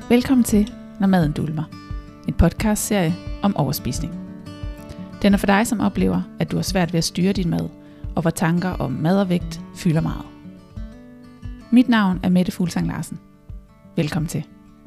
Velkommen til Når maden dulmer, en podcastserie om overspisning. Den er for dig, som oplever, at du har svært ved at styre din mad, og hvor tanker om mad og vægt fylder meget. Mit navn er Mette Fuglsang Larsen. Velkommen til.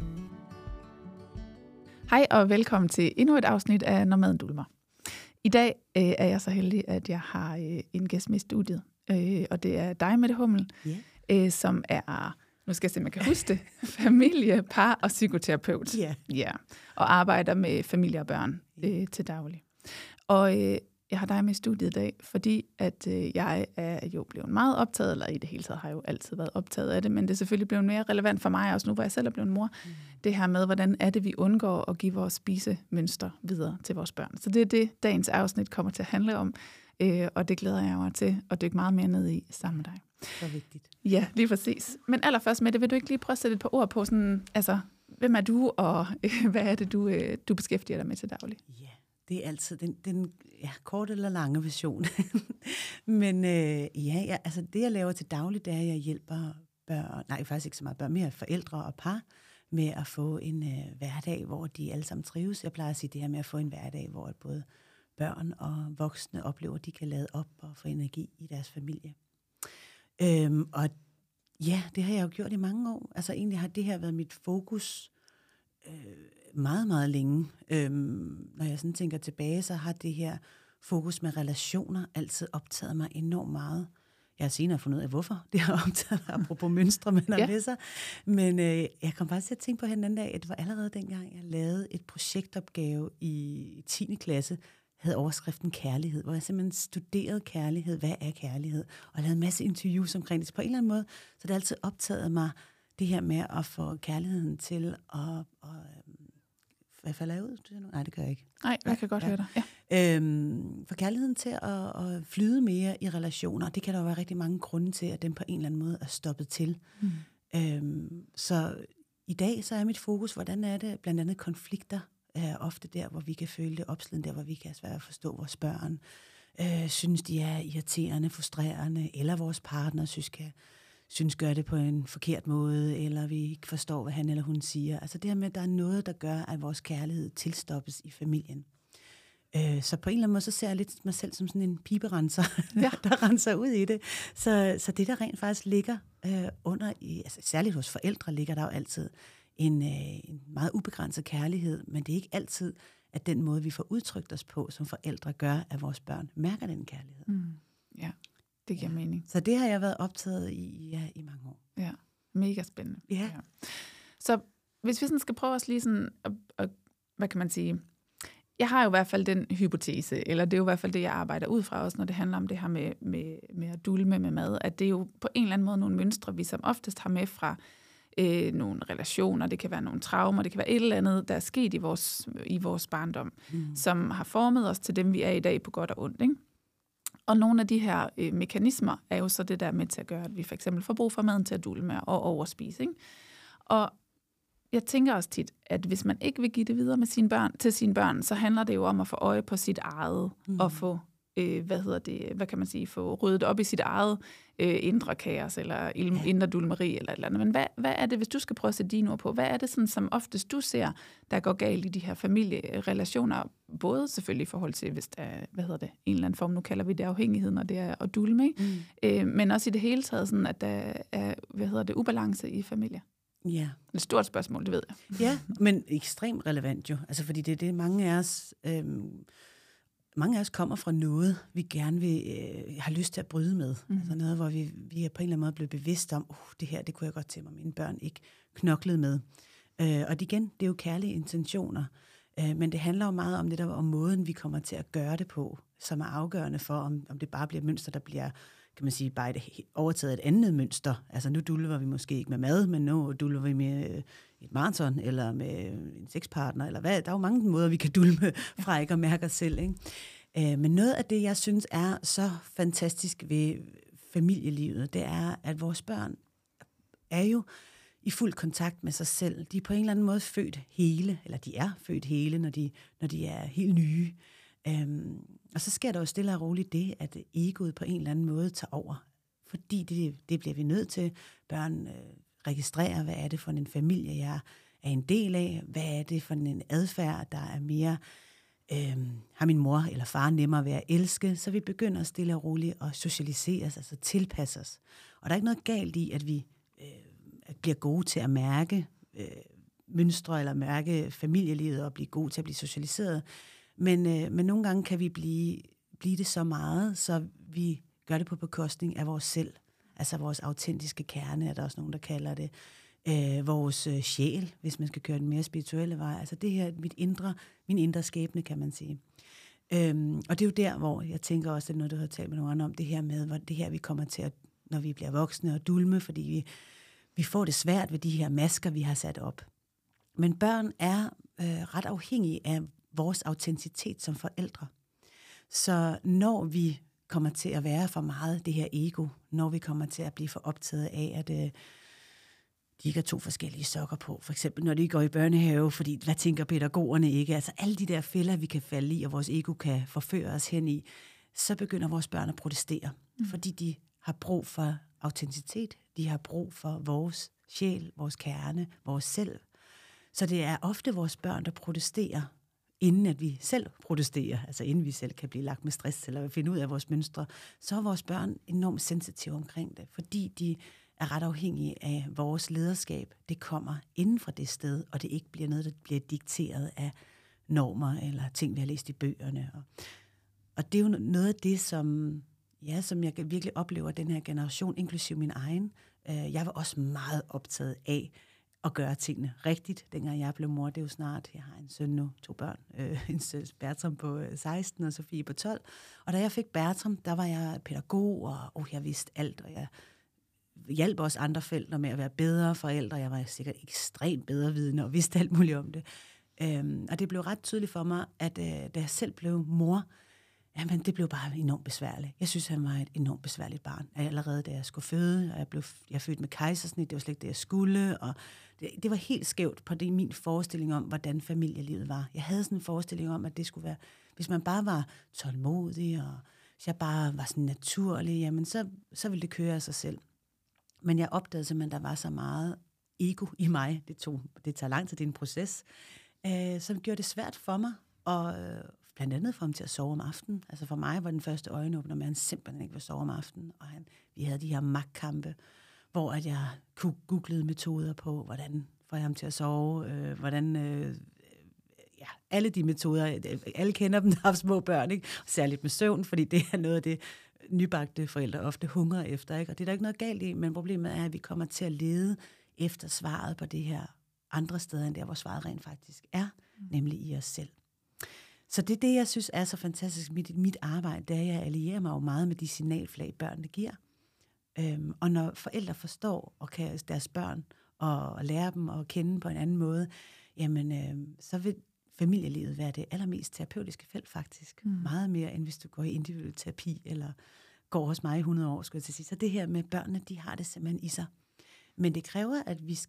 Hej og velkommen til endnu et afsnit af Når maden dulmer. I dag er jeg så heldig, at jeg har en gæst med i studiet, og det er dig, Mette Hummel, som er... Nu skal jeg se, om jeg kan huske det. Familie, par og psykoterapeut. Ja. Og arbejder med familie og børn til daglig. Og jeg har dig med i studiet i dag, fordi at jeg er jo blevet meget optaget, eller i det hele taget har jeg jo altid været optaget af det, men det er selvfølgelig blevet mere relevant for mig, også nu hvor jeg selv er blevet mor. Det her med, hvordan er det, vi undgår at give vores spisemønster videre til vores børn. Så det er det, dagens afsnit kommer til at handle om, og det glæder jeg mig til at dykke meget mere ned i sammen med dig. Så vigtigt. Ja, lige præcis. Men allerførst, Mette, vil du ikke lige prøve at sætte et par ord på, sådan, altså, hvem er du, og hvad er det, du beskæftiger dig med til daglig? Ja, det er altid den korte eller lange version. Men altså det, jeg laver til daglig, det er, at jeg hjælper børn, nej, faktisk ikke så meget børn, mere forældre og par, med at få en hverdag, hvor de alle sammen trives. Jeg plejer at sige det her med at få en hverdag, hvor både børn og voksne oplever, at de kan lade op og få energi i deres familie. Og ja, det har jeg jo gjort i mange år. Altså egentlig har det her været mit fokus meget, meget længe. Når jeg sådan tænker tilbage, så har det her fokus med relationer altid optaget mig enormt meget. Jeg har senere fundet ud af, hvorfor det har optaget mig, apropos mønstre, man har med sig. Men jeg kom faktisk til at tænke på her den anden dag, at det var allerede dengang, jeg lavede et projektopgave i 10. klasse, havde overskriften kærlighed, hvor jeg simpelthen studerede kærlighed. Hvad er kærlighed? Og jeg lavede en masse interviews omkring det. Så på en eller anden måde, så det altid optaget mig, det her med at få kærligheden til at hvad falder jeg ud? Nej, det gør jeg ikke. Nej, jeg kan godt høre dig. Ja. For kærligheden til at flyde mere i relationer, og det kan der jo være rigtig mange grunde til, at den på en eller anden måde er stoppet til. Så i dag, så er mit fokus, hvordan er det blandt andet konflikter, er ofte der, hvor vi kan føle det opslidende, der hvor vi kan have svært at forstå vores børn, synes de er irriterende, frustrerende, eller vores partner synes gør det på en forkert måde, eller vi ikke forstår, hvad han eller hun siger. Altså det her med, at der er noget, der gør, at vores kærlighed tilstoppes i familien. Så på en eller anden måde, så ser jeg lidt mig selv som sådan en piberenser, der renser ud i det. Så det, der rent faktisk ligger under, altså særligt hos forældre, ligger der jo altid en meget ubegrænset kærlighed, men det er ikke altid, at den måde, vi får udtrykt os på som forældre, gør, at vores børn mærker den kærlighed. Ja, det giver mening. Så det har jeg været optaget i mange år. Ja, mega spændende. Ja. Så hvis vi sådan skal prøve os lige sådan, hvad kan man sige, jeg har jo i hvert fald den hypotese, eller det er jo i hvert fald det, jeg arbejder ud fra også, når det handler om det her med at dulme med mad, at det er jo på en eller anden måde nogle mønstre, vi som oftest har med fra nogle relationer, det kan være nogle traumer, det kan være et eller andet, der er sket i vores barndom, som har formet os til dem, vi er i dag på godt og ondt, ikke? Og nogle af de her mekanismer er jo så det der med til at gøre, at vi for eksempel får brug for maden til at dulme og overspise, ikke? Og jeg tænker også tit, at hvis man ikke vil give det videre med til sine børn, så handler det jo om at få øje på sit eget og få få ryddet op i sit eget indre kaos, eller indre dulmeri, eller et eller andet. Men hvad er det, hvis du skal prøve at sætte dine ord på, hvad er det sådan, som oftest du ser, der går galt i de her familierelationer, både selvfølgelig i forhold til, hvis der er, en eller anden form, nu kalder vi det afhængighed, når det er at dulme, men også i det hele taget, sådan, at der er, ubalance i familier. Ja. Et stort spørgsmål, det ved jeg. Ja, men ekstremt relevant jo. Altså, fordi det er det, mange af os kommer fra noget, vi gerne vil have lyst til at bryde med. Altså noget, hvor vi er på en eller anden måde blevet bevidst om, det her, det kunne jeg godt tænke mig, mine børn ikke knoklede med. Og igen, det er jo kærlige intentioner. Men det handler jo meget om det der, om måden, vi kommer til at gøre det på, som er afgørende for, om det bare bliver et mønster, der bliver, kan man sige, bare overtaget et andet mønster. Altså nu dulver vi måske ikke med mad, men nu dulver vi med et maraton, eller med en sexpartner, eller hvad. Der er jo mange måder, vi kan dulme fra ikke at mærke os selv, ikke? Men noget af det, jeg synes er så fantastisk ved familielivet, det er, at vores børn er jo i fuld kontakt med sig selv. De er på en eller anden måde født hele, eller de er født hele, når de er helt nye. Og så sker der jo stille og roligt det, at egoet på en eller anden måde tager over. Fordi det bliver vi nødt til. Børn registrerer, hvad er det for en familie, jeg er en del af. Hvad er det for en adfærd, der er mere... har min mor eller far nemmere ved at elske, så vi begynder stille og roligt at socialisere os, altså tilpasse os. Og der er ikke noget galt i, at vi bliver gode til at mærke mønstre eller mærke familielivet og blive gode til at blive socialiseret. Men nogle gange kan vi blive det så meget, så vi gør det på bekostning af vores selv. Altså vores autentiske kerne, er der også nogen, der kalder det. Vores sjæl, hvis man skal køre den mere spirituelle vej. Altså det her, min indre skæbne, kan man sige. Og det er jo der, hvor jeg tænker også, at noget, du har talt med nogen andre om, det her med, hvor det her, vi kommer til at, når vi bliver voksne og dulme, fordi vi får det svært ved de her masker, vi har sat op. Men børn er ret afhængige af vores autenticitet som forældre. Så når vi kommer til at være for meget det her ego, når vi kommer til at blive for optaget af, at de ikke har 2 forskellige sokker på, for eksempel når de går i børnehave, fordi hvad tænker pædagogerne ikke? Altså alle de der fælder, vi kan falde i, og vores ego kan forføre os hen i, så begynder vores børn at protestere, fordi de har brug for autenticitet, de har brug for vores sjæl, vores kerne, vores selv. Så det er ofte vores børn, der protesterer, inden at vi selv protesterer, altså inden vi selv kan blive lagt med stress eller finde ud af vores mønstre, så er vores børn enormt sensitive omkring det, fordi de er ret afhængige af vores lederskab. Det kommer inden fra det sted, og det ikke bliver noget, der bliver dikteret af normer eller ting, vi har læst i bøgerne. Og det er jo noget af det, som jeg virkelig oplever, den her generation, inklusive min egen. Jeg var også meget optaget af at gøre tingene rigtigt, dengang jeg blev mor. Det er jo snart, jeg har en søn nu, 2 børn, en søn, Bertram på 16 og Sofie på 12. Og da jeg fik Bertram, der var jeg pædagog, og jeg vidste alt, og jeg hjalp også andre forældre med at være bedre forældre. Jeg var sikkert ekstremt bedre vidende og vidste alt muligt om det. Og det blev ret tydeligt for mig, at da jeg selv blev mor, jamen det blev bare enormt besværligt. Jeg synes, han var et enormt besværligt barn. Allerede da jeg skulle føde, og jeg fødte med kejsersnit, det var slet ikke det, jeg skulle, og det var helt skævt på det min forestilling om, hvordan familielivet var. Jeg havde sådan en forestilling om, at det skulle være, hvis man bare var tålmodig, og hvis jeg bare var sådan naturlig, jamen så ville det køre af sig selv. Men jeg opdagede simpelthen, at der var så meget ego i mig. Det tager lang tid, det er en proces, som gjorde det svært for mig, og blandt andet for ham til at sove om aftenen. Altså for mig var den første øjenåbner, at han simpelthen ikke ville sove om aftenen, og vi havde de her magtkampe, hvor at jeg googlede metoder på, hvordan får jeg ham til at sove, alle de metoder, alle kender dem, der har små børn, ikke? Særligt med søvn, fordi det er noget af det, nybagte forældre ofte hungrer efter, ikke? Og det er der ikke noget galt i, men problemet er, at vi kommer til at lede efter svaret på det her andre steder, end der, hvor svaret rent faktisk er, nemlig i os selv. Så det er det, jeg synes er så fantastisk mit arbejde, det er, at jeg allierer mig jo meget med de signalflag, børnene giver. Og når forældre forstår og kan deres børn og lære dem at kende på en anden måde, jamen så vil familielivet være det allermest terapeutiske felt faktisk. Meget mere, end hvis du går i individuel terapi, eller går hos mig i 100 år, skulle jeg til at sige. Så det her med børnene, de har det simpelthen i sig. Men det kræver, at vi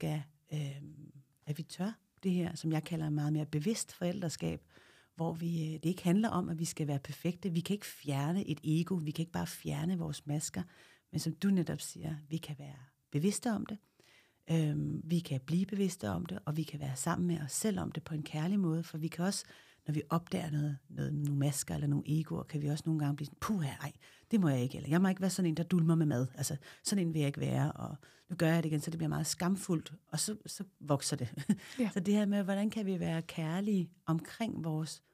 at vi tør det her, som jeg kalder meget mere bevidst forældreskab, hvor det ikke handler om, at vi skal være perfekte. Vi kan ikke fjerne et ego, vi kan ikke bare fjerne vores masker, men som du netop siger, vi kan være bevidste om det, vi kan blive bevidste om det, og vi kan være sammen med os selv om det på en kærlig måde, for vi kan også, når vi opdager nogle masker eller nogle egoer, kan vi også nogle gange blive sådan, det må jeg ikke, eller jeg må ikke være sådan en, der dulmer med mad, altså sådan en vil jeg ikke være, og nu gør jeg det igen, så det bliver meget skamfuldt, og så vokser det. Ja. Så det her med, hvordan kan vi være kærlige omkring vores,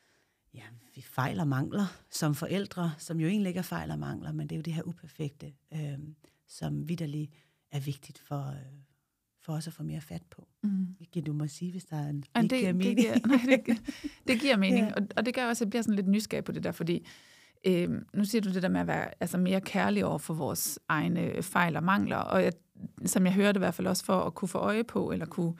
vi fejler og mangler som forældre, som jo egentlig ikke er fejl og mangler, men det er jo det her uperfekte, som vitterligt er vigtigt for os at få mere fat på. Du må sige, hvis der er en giver mening. Det giver mening, ja. Og det gør også, at jeg bliver sådan lidt nysgerrig på det der, fordi nu siger du det der med at være mere kærlig over for vores egne fejl og mangler, og som jeg hørte i hvert fald også for at kunne få øje på, eller kunne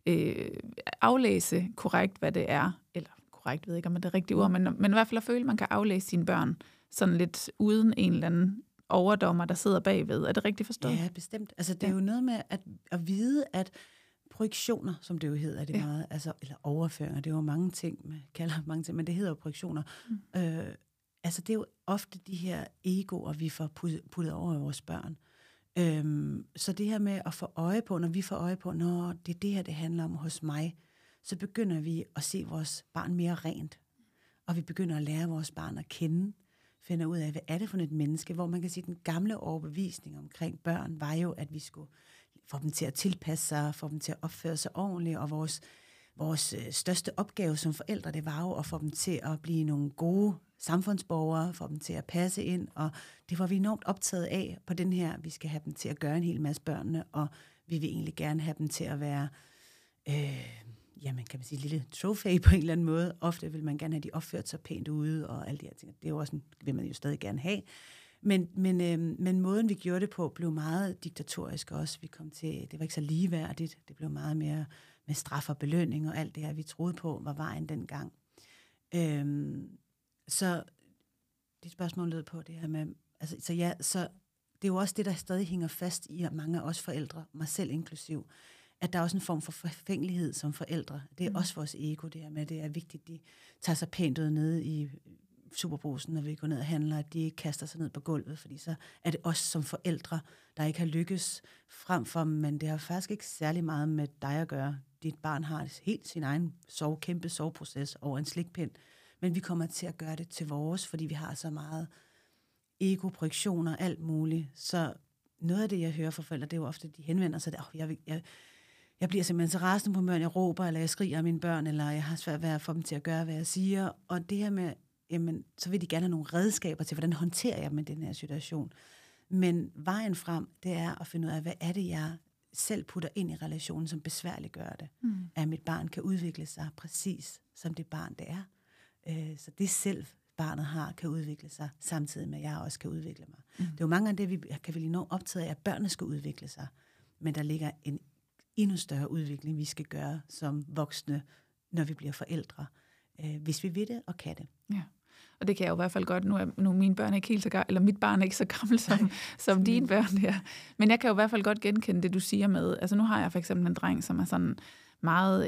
aflæse korrekt, hvad det er, eller korrekt, ved ikke, om det er det rigtige ord, men i hvert fald at føle, at man kan aflæse sine børn sådan lidt uden en eller anden overdommer, der sidder bagved. Er det rigtigt forstået? Ja, bestemt. Altså, det er jo noget med at vide, at projektioner, som det jo hedder, er det meget, altså, eller overføringer, det er jo mange ting, man kalder mange ting, men det hedder jo projektioner. Altså, det er jo ofte de her egoer, vi får puttet over af vores børn. Så det her med at få øje på, når vi får øje på, når det er det her, det handler om hos mig, så begynder vi at se vores barn mere rent. Og vi begynder at lære vores barn at kende, finder ud af, hvad er det for et menneske, hvor man kan sige, den gamle overbevisning omkring børn var jo, at vi skulle få dem til at tilpasse sig, få dem til at opføre sig ordentligt, og vores største opgave som forældre, det var jo at få dem til at blive nogle gode samfundsborgere, få dem til at passe ind, og det var vi enormt optaget af på den her, vi skal have dem til at gøre en hel masse børnene, og vi vil egentlig gerne have dem til at være, kan man sige, lille trofæ på en eller anden måde. Ofte vil man gerne have de opført sig pænt ude, og alle de her ting. Det er jo også vil man jo stadig gerne have. Men måden, vi gjorde det på, blev meget diktatorisk også. Vi kom til, det var ikke så ligeværdigt. Det blev meget mere med straf og belønning, og alt det her, vi troede på, var vejen dengang. Så det spørgsmål lød på det her med, så det er jo også det, der stadig hænger fast i mange af os forældre, mig selv inklusiv, at der er også en form for forfængelighed som forældre. Det er også vores ego, det her med, det er vigtigt, de tager sig pænt ud nede i Superbrugsen, når vi går ned og handler, at de ikke kaster sig ned på gulvet, fordi så er det os som forældre, der ikke har lykkes frem for dem, men det har faktisk ikke særlig meget med dig at gøre. Dit barn har helt sin egen kæmpe soveproces over en slikpind, men vi kommer til at gøre det til vores, fordi vi har så meget ego-projektioner, alt muligt. Så noget af det, jeg hører fra forældre, det er jo ofte, de henvender sig, jeg bliver simpelthen så rasende på mørn, jeg råber, eller jeg skriger af mine børn, eller jeg har svært ved at få dem til at gøre, hvad jeg siger. Og det her med, jamen, så vil de gerne have nogle redskaber til, hvordan håndterer jeg dem i den her situation. Men vejen frem, det er at finde ud af, hvad er det, jeg selv putter ind i relationen, som besværliggør det. At mit barn kan udvikle sig præcis, som det barn det er. Så det selv barnet har, kan udvikle sig, samtidig med, at jeg også kan udvikle mig. Det er jo mange af det, vi kan vel enormt optaget af, at børnene skal udvikle sig. Men der ligger en endnu større udvikling, vi skal gøre som voksne, når vi bliver forældre, hvis vi vil det og kan det. Ja. Og det kan jeg jo i hvert fald godt. Nu er mine børn ikke helt så gamle, eller mit barn er ikke så gammel som dine børn her. Men jeg kan jo i hvert fald godt genkende det, du siger med, altså nu har jeg for eksempel en dreng, som er sådan meget,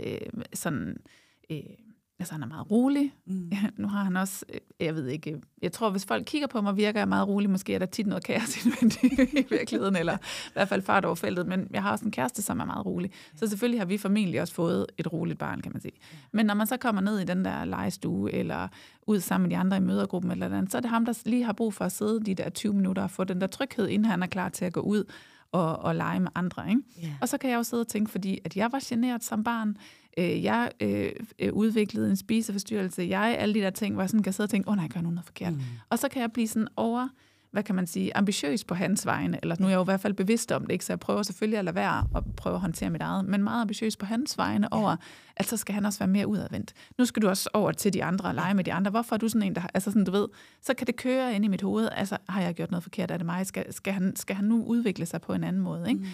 altså han er meget rolig. Ja, nu har han også, jeg ved ikke, jeg tror, hvis folk kigger på mig, virker jeg meget rolig. Måske er der tit noget kaos indvendigt i virkeligheden, eller i hvert fald fart over feltet. Men jeg har også en kæreste, som er meget rolig. Så selvfølgelig har vi formentlig også fået et roligt barn, kan man sige. Men når man så kommer ned i den der legestue, eller ud sammen med de andre i mødergruppen, eller andet, så er det ham, der lige har brug for at sidde de der 20 minutter og få den der tryghed, inden han er klar til at gå ud og lege med andre. Ikke? Yeah. Og så kan jeg jo sidde og tænke, fordi at jeg var generet som barn, jeg udviklede en spiseforstyrrelse, alle de der ting, hvor jeg sådan kan sidde og tænke, nej, jeg gør noget forkert. Og så kan jeg blive sådan hvad kan man sige, ambitiøs på hans vegne, eller nu er jeg jo i hvert fald bevidst om det, ikke? Så jeg prøver selvfølgelig at lade være og prøve at håndtere mit eget, men meget ambitiøs på hans vegne over, at så skal han også være mere udadvendt. Nu skal du også over til de andre og lege med de andre. Hvorfor er du sådan en, der, altså sådan, du ved, så kan det køre ind i mit hoved, altså har jeg gjort noget forkert, er det mig, skal han nu udvikle sig på en anden måde, ikke?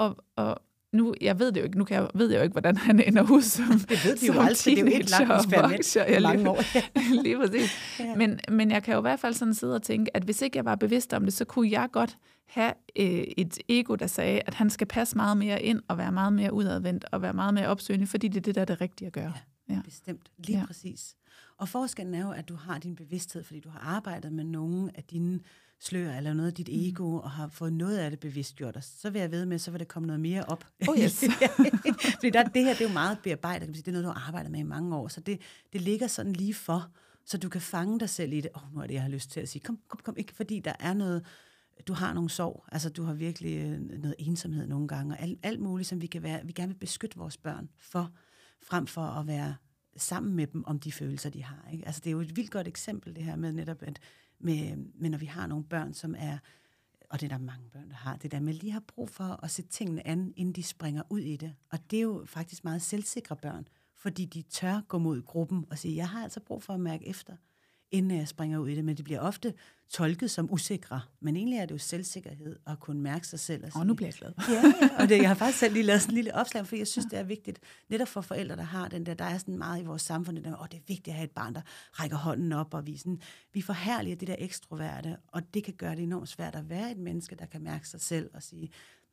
Og nu, jeg ved det jo ikke, ved jeg jo ikke, hvordan han ender ud som det ved vi jo aldrig, det er jo helt langt eksperiment i mange år. Lige præcis. Ja. Men jeg kan jo i hvert fald sådan sidde og tænke, at hvis ikke jeg var bevidst om det, så kunne jeg godt have et ego, der sagde, at han skal passe meget mere ind og være meget mere udadvendt og være meget mere opsøgende, fordi det er det, der er det rigtige at gøre. Ja. Bestemt. Lige præcis. Og forskellen er jo, at du har din bevidsthed, fordi du har arbejdet med nogle af dine slør eller noget af dit ego, og har fået noget af det bevidstgjort, og så vil jeg ved med, så vil der komme noget mere op. Yes. Fordi det her, det er jo meget bearbejdet, det er noget, du har arbejdet med i mange år, så det ligger sådan lige for, så du kan fange dig selv i det. Nu er det, jeg har lyst til at sige, kom, ikke, fordi der er noget, du har nogle sorg, altså du har virkelig noget ensomhed nogle gange, og alt muligt, som vi gerne vil beskytte vores børn for, frem for at være sammen med dem om de følelser, de har. Ikke? Altså det er jo et vildt godt eksempel, det her med netop, at men når vi har nogle børn, som er, og det er der mange børn, der har, det der med lige har brug for at sætte tingene an, inden de springer ud i det. Og det er jo faktisk meget selvsikre børn, fordi de tør gå mod gruppen og sige, jeg har altså brug for at mærke efter, inden jeg springer ud i det. Men de bliver ofte tolket som usikre. Men egentlig er det jo selvsikkerhed at kunne mærke sig selv. Og sige, nu bliver jeg glad. Og jeg har faktisk selv lige lavet sådan en lille opslag, fordi jeg synes, det er vigtigt. Netop for forældre, der har den der er sådan meget i vores samfund, det er vigtigt at have et barn, der rækker hånden op, og vi forherliger det der ekstroverte, og det kan gøre det enormt svært at være et menneske, der kan mærke sig selv og sige,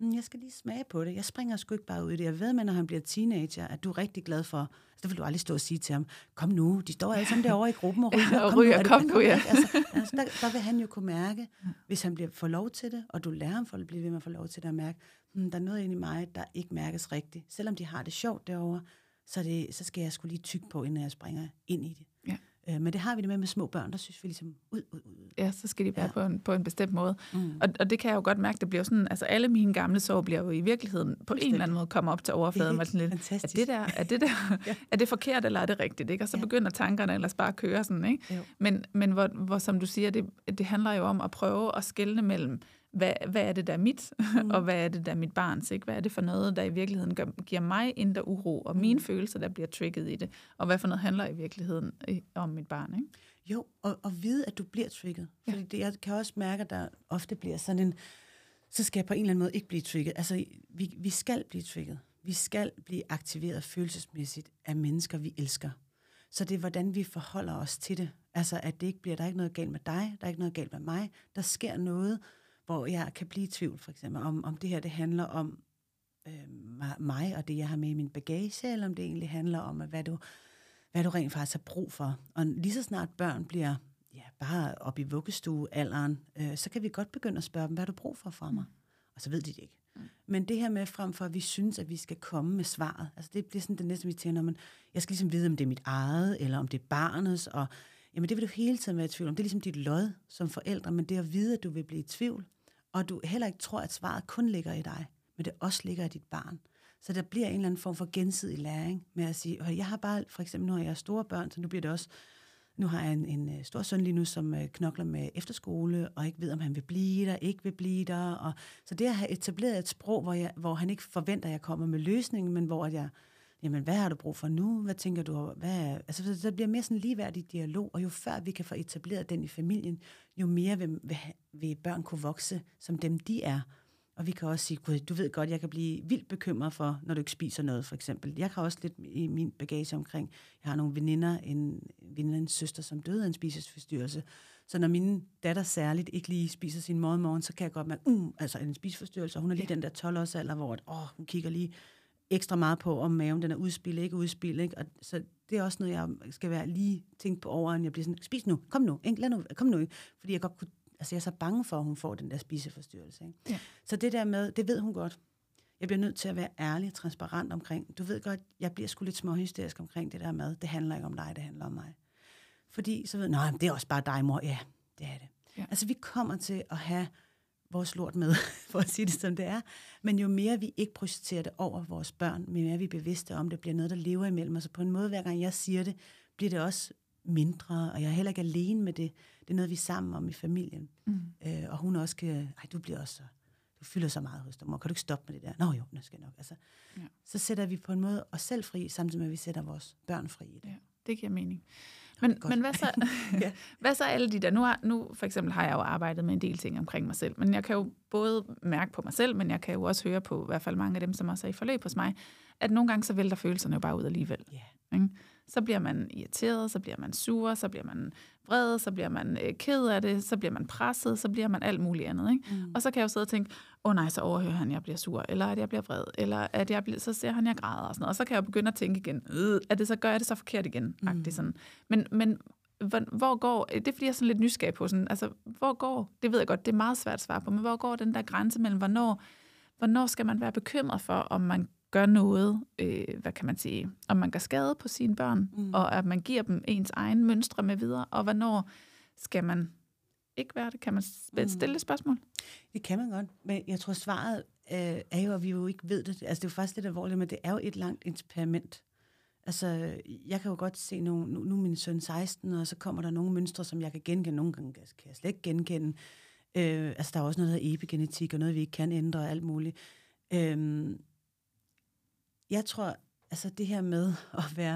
jeg skal lige smage på det. Jeg springer sgu ikke bare ud i det. Jeg ved, at når han bliver teenager, at du er rigtig glad for, så der vil du aldrig stå og sige til ham, kom nu, de står alle sammen derovre i gruppen og ryger. Kom nu, ja. Altså, der vil han jo kunne mærke, hvis han får lov til det, og du lærer ham for at blive ved med at få lov til det at mærke, der er noget inde i mig, der ikke mærkes rigtigt. Selvom de har det sjovt derovre, så skal jeg sgu lige tygge på, inden jeg springer ind i det. Ja. Men det har vi det med små børn, der synes vi ligesom, ud. Ja, så skal de være på en bestemt måde. Og det kan jeg jo godt mærke, det bliver sådan, altså alle mine gamle sår bliver jo i virkeligheden på en eller anden måde komme op til overfladen. Det er helt fantastisk. Er det forkert, eller er det rigtigt? Ikke? Og så begynder tankerne ellers bare at køre sådan, ikke? Men hvor, som du siger, det handler jo om at prøve at skelne mellem, hvad er det, der er mit, og hvad er det, der er mit barns? Ikke? Hvad er det for noget, der i virkeligheden giver mig indre uro, og mine følelser, der bliver trigget i det? Og hvad for noget handler i virkeligheden om mit barn? Ikke? Jo, og vide, at du bliver trigget. Fordi jeg kan også mærke, at der ofte bliver sådan en, så skal jeg på en eller anden måde ikke blive trigget. Altså, vi skal blive trigget. Vi skal blive aktiveret følelsesmæssigt af mennesker, vi elsker. Så det er, hvordan vi forholder os til det. Altså, at det ikke bliver, der er ikke noget galt med dig, der er ikke noget galt med mig. Der sker noget, hvor jeg kan blive i tvivl, for eksempel, om det her, det handler om mig, og det, jeg har med i min bagage, eller om det egentlig handler om, hvad du rent faktisk har brug for. Og lige så snart børn bliver bare op i vuggestuealderen, så kan vi godt begynde at spørge dem, hvad har du brug for fra mig? Og så ved de det ikke. Men det her med, frem for at vi synes, at vi skal komme med svaret, altså det bliver sådan det næste, vi tænker, når jeg skal ligesom vide, om det er mit eget, eller om det er barnets, og jamen det vil du hele tiden være i tvivl om. Det er ligesom dit lod som forældre, men det at vide, at du vil blive i tvivl, og du heller ikke tror, at svaret kun ligger i dig, men det også ligger i dit barn. Så der bliver en eller anden form for gensidig læring med at sige, jeg har bare, for eksempel nu har jeg store børn, så nu bliver det også, nu har jeg en stor søn lige nu, som knokler med efterskole, og ikke ved, om han vil blive der, ikke vil blive der. Og, så det at have etableret et sprog, hvor han ikke forventer, at jeg kommer med løsningen, men hvor jeg, jamen hvad har du brug for nu? Hvad tænker du? Altså der bliver mere sådan en ligeværdig dialog, og jo før vi kan få etableret den i familien, jo mere vil børn kunne vokse, som dem de er. Og vi kan også sige, Gud, du ved godt, jeg kan blive vildt bekymret for, når du ikke spiser noget, for eksempel. Jeg har også lidt i min bagage omkring, jeg har nogle veninder, en søster, som døde af en spisesforstyrrelse. Så når min datter særligt ikke lige spiser sin morgen, så kan jeg godt mærke, altså en spisesforstyrrelse, og hun er lige den der 12-årsalder, hvor hun kigger lige ekstra meget på, om maven den er udspillet, ikke udspillet. Ikke? Og så det er også noget, jeg skal være lige tænke på over, at jeg bliver sådan, spis nu, kom nu, kom nu. Fordi jeg godt kunne, altså jeg er så bange for, at hun får den der spiseforstyrrelse. Ikke? Ja. Så det der med, det ved hun godt. Jeg bliver nødt til at være ærlig og transparent omkring. Du ved godt, jeg bliver sgu lidt småhysterisk omkring det der mad. Det handler ikke om dig, det handler om mig. Fordi så ved jeg, det er også bare dig, mor. Ja, det er det. Ja. Altså vi kommer til at have vores lort med, for at sige det som det er. Men jo mere vi ikke projicerer det over vores børn, jo mere vi er bevidste om, det bliver noget, der lever imellem os. Og på en måde, hver gang jeg siger det, bliver det også mindre, og jeg er heller ikke alene med det. Det er noget, vi er sammen om i familien. Og hun også kan, du fylder så meget hos dig, mor. Kan du ikke stoppe med det der? Nå jo, nu skal jeg nok. Altså, så sætter vi på en måde os selv fri, samtidig med, at vi sætter vores børn fri i det. Ja, det giver mening. Men hvad så alle de der? Nu for eksempel har jeg jo arbejdet med en del ting omkring mig selv, men jeg kan jo både mærke på mig selv, men jeg kan jo også høre på i hvert fald mange af dem, som også er i forløb hos mig, at nogle gange så vælter følelserne jo bare ud alligevel. Yeah. Så bliver man irriteret, så bliver man sur, så bliver man vred, så bliver man ked af det, så bliver man presset, så bliver man alt muligt andet. Ikke? Og så kan jeg jo sidde og tænke, nej, så overhører han, at jeg bliver sur, eller at jeg bliver vred, eller at så ser han, at jeg græder og sådan noget. Og så kan jeg jo begynde at tænke igen, gør jeg det så forkert igen? Sådan. Men hvor går, det er fordi jeg er sådan lidt nysgerrig på, sådan, altså hvor går, det ved jeg godt, det er meget svært at svare på, men hvor går den der grænse mellem, hvornår skal man være bekymret for, om man gør noget, hvad kan man sige, om man gør skade på sine børn, og at man giver dem ens egen mønstre med videre, og hvornår skal man ikke være det? Kan man stille et spørgsmål? Det kan man godt, men jeg tror svaret er jo, at vi jo ikke ved det. Altså det er jo faktisk lidt alvorligt, men det er jo et langt eksperiment. Altså jeg kan jo godt se, nu er min søn 16, og så kommer der nogle mønstre, som jeg kan genkende, nogle gange kan jeg slet ikke genkende. Altså der er også noget, der hedder epigenetik, og noget, vi ikke kan ændre, og alt muligt. Jeg tror, altså det her med at være,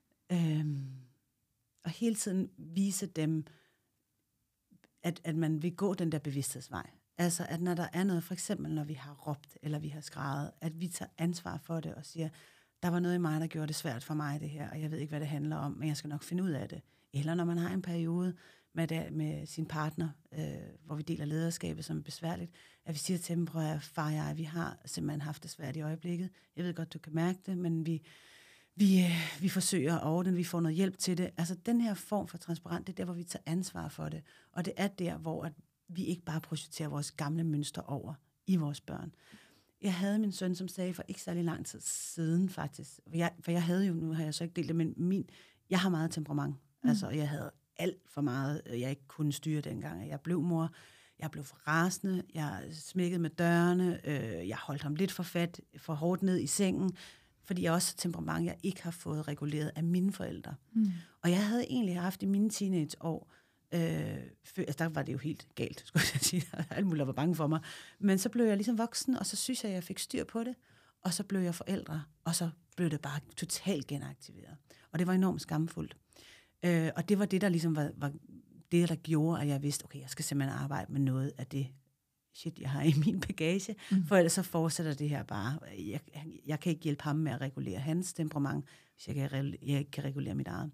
og hele tiden vise dem, at man vil gå den der bevidsthedsvej. Altså at når der er noget, for eksempel når vi har råbt, eller vi har skreget, at vi tager ansvar for det og siger, der var noget i mig, der gjorde det svært for mig det her, og jeg ved ikke, hvad det handler om, men jeg skal nok finde ud af det. Eller når man har en periode med sin partner, hvor vi deler lederskabet, som er besværligt, at vi siger til dem, prøv at far og jeg, vi har simpelthen haft det svært i øjeblikket. Jeg ved godt, du kan mærke det, men vi forsøger at ordne, vi får noget hjælp til det. Altså den her form for transparent, det er der, hvor vi tager ansvar for det. Og det er der, hvor at vi ikke bare projekterer vores gamle mønstre over i vores børn. Jeg havde min søn, som sagde for ikke særlig lang tid siden faktisk, for jeg havde jo, nu har jeg så ikke delt det, men jeg har meget temperament. Altså, jeg havde alt for meget, jeg ikke kunne styre dengang. Jeg blev mor, jeg blev for rasende, jeg smækkede med dørene, jeg holdt ham lidt for hårdt ned i sengen, fordi jeg også har temperament, jeg ikke har fået reguleret af mine forældre. Og jeg havde egentlig haft i mine teenageår, altså der var det jo helt galt, skulle jeg sige, alt muligt var bange for mig, men så blev jeg ligesom voksen, og så synes jeg fik styr på det, og så blev jeg forældre, og så blev det bare totalt genaktiveret. Og det var enormt skamfuldt. Og det var det, der ligesom var det, der gjorde, at jeg vidste, okay, jeg skal simpelthen arbejde med noget af det shit, jeg har i min bagage, for ellers så fortsætter det her bare. Jeg kan ikke hjælpe ham med at regulere hans temperament, hvis jeg ikke kan regulere mit eget.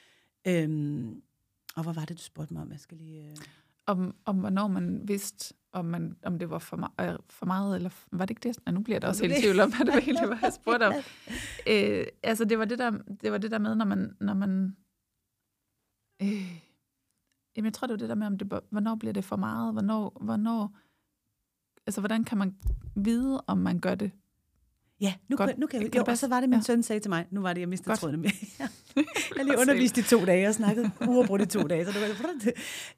Og hvad var det, du spurgte mig om? Jeg skal lige... Om hvornår man vidste, om det var for meget, eller var det ikke det? Nu bliver jeg da også helt i tvivl om, hvad det egentlig var, jeg spurgte om. Altså, det var det der med, når man jamen, jeg tror, det var det der med, hvornår bliver det for meget? Hvornår altså, hvordan kan man vide, om man gør det? Ja, nu kan jeg jo. Og så var det, min søn sagde til mig, nu var det, jeg mistede tråden med. Jeg lige undervist i 2 dage, og snakkede uafbrudt i 2 dage, så det